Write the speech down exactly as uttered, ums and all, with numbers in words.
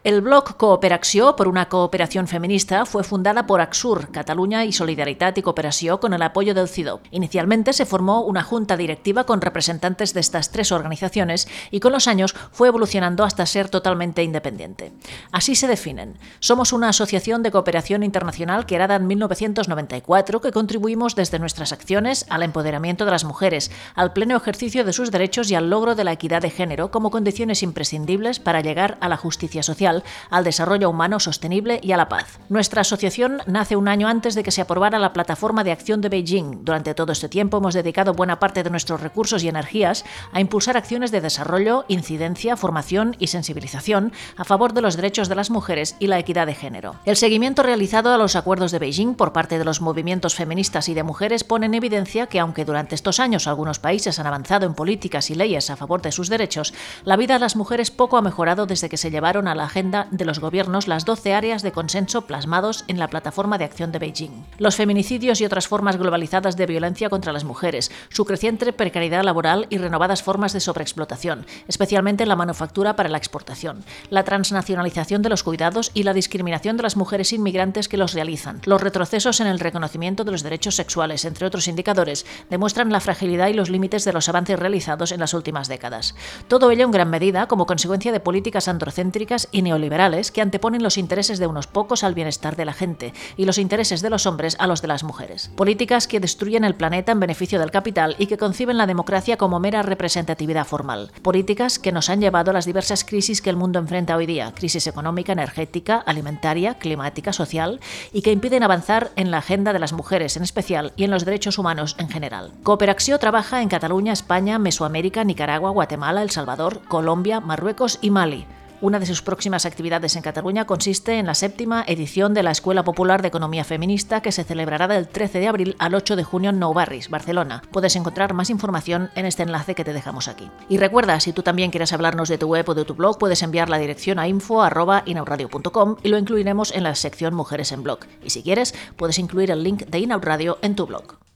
El blog Cooperacció por una cooperación feminista fue fundada por Axur, Cataluña y Solidaritat y Cooperació con el apoyo del CIDOB. Inicialmente se formó una junta directiva con representantes de estas tres organizaciones y con los años fue evolucionando hasta ser totalmente independiente. Así se definen. Somos una asociación de cooperación internacional creada en mil novecientos noventa y cuatro que contribuimos desde nuestras acciones al empoderamiento de las mujeres, al pleno ejercicio de sus derechos y al logro de la equidad de género como condiciones imprescindibles para llegar a la justicia social, al desarrollo humano sostenible y a la paz. Nuestra asociación nace un año antes de que se aprobara la Plataforma de Acción de Beijing. Durante todo este tiempo hemos dedicado buena parte de nuestros recursos y energías a impulsar acciones de desarrollo, incidencia, formación y sensibilización a favor de los derechos de las mujeres y la equidad de género. El seguimiento realizado a los acuerdos de Beijing por parte de los movimientos feministas y de mujeres pone en evidencia que, aunque durante estos años algunos países han avanzado en políticas y leyes a favor de sus derechos, la vida de las mujeres poco ha mejorado desde que se llevaron a la agenda de los gobiernos las doce áreas de consenso plasmados en la Plataforma de Acción de Beijing. Los feminicidios y otras formas globalizadas de violencia contra las mujeres, su creciente precariedad laboral y renovadas formas de sobreexplotación, especialmente en la manufactura para la exportación, la transnacionalización de los cuidados y la discriminación de las mujeres inmigrantes que los realizan, los retrocesos en el reconocimiento de los derechos sexuales, entre otros indicadores, demuestran la fragilidad y los límites de los avances realizados en las últimas décadas. Todo ello en gran medida como consecuencia de políticas androcéntricas y neoliberales que anteponen los intereses de unos pocos al bienestar de la gente y los intereses de los hombres a los de las mujeres. Políticas que destruyen el planeta en beneficio del capital y que conciben la democracia como mera representatividad formal. Políticas que nos han llevado a las diversas crisis que el mundo enfrenta hoy día, crisis económica, energética, alimentaria, climática, social, y que impiden avanzar en la agenda de las mujeres en especial y en los derechos humanos en general. Cooperacció trabaja en Cataluña, España, Mesoamérica, Nicaragua, Guatemala, El Salvador, Colombia, Marruecos y Mali. Una de sus próximas actividades en Cataluña consiste en la séptima edición de la Escuela Popular de Economía Feminista que se celebrará del trece de abril al ocho de junio en Nou Barris, Barcelona. Puedes encontrar más información en este enlace que te dejamos aquí. Y recuerda, si tú también quieres hablarnos de tu web o de tu blog, puedes enviar la dirección a info arroba inauradio punto com y lo incluiremos en la sección Mujeres en Blog. Y si quieres, puedes incluir el link de Inaud Radio en tu blog.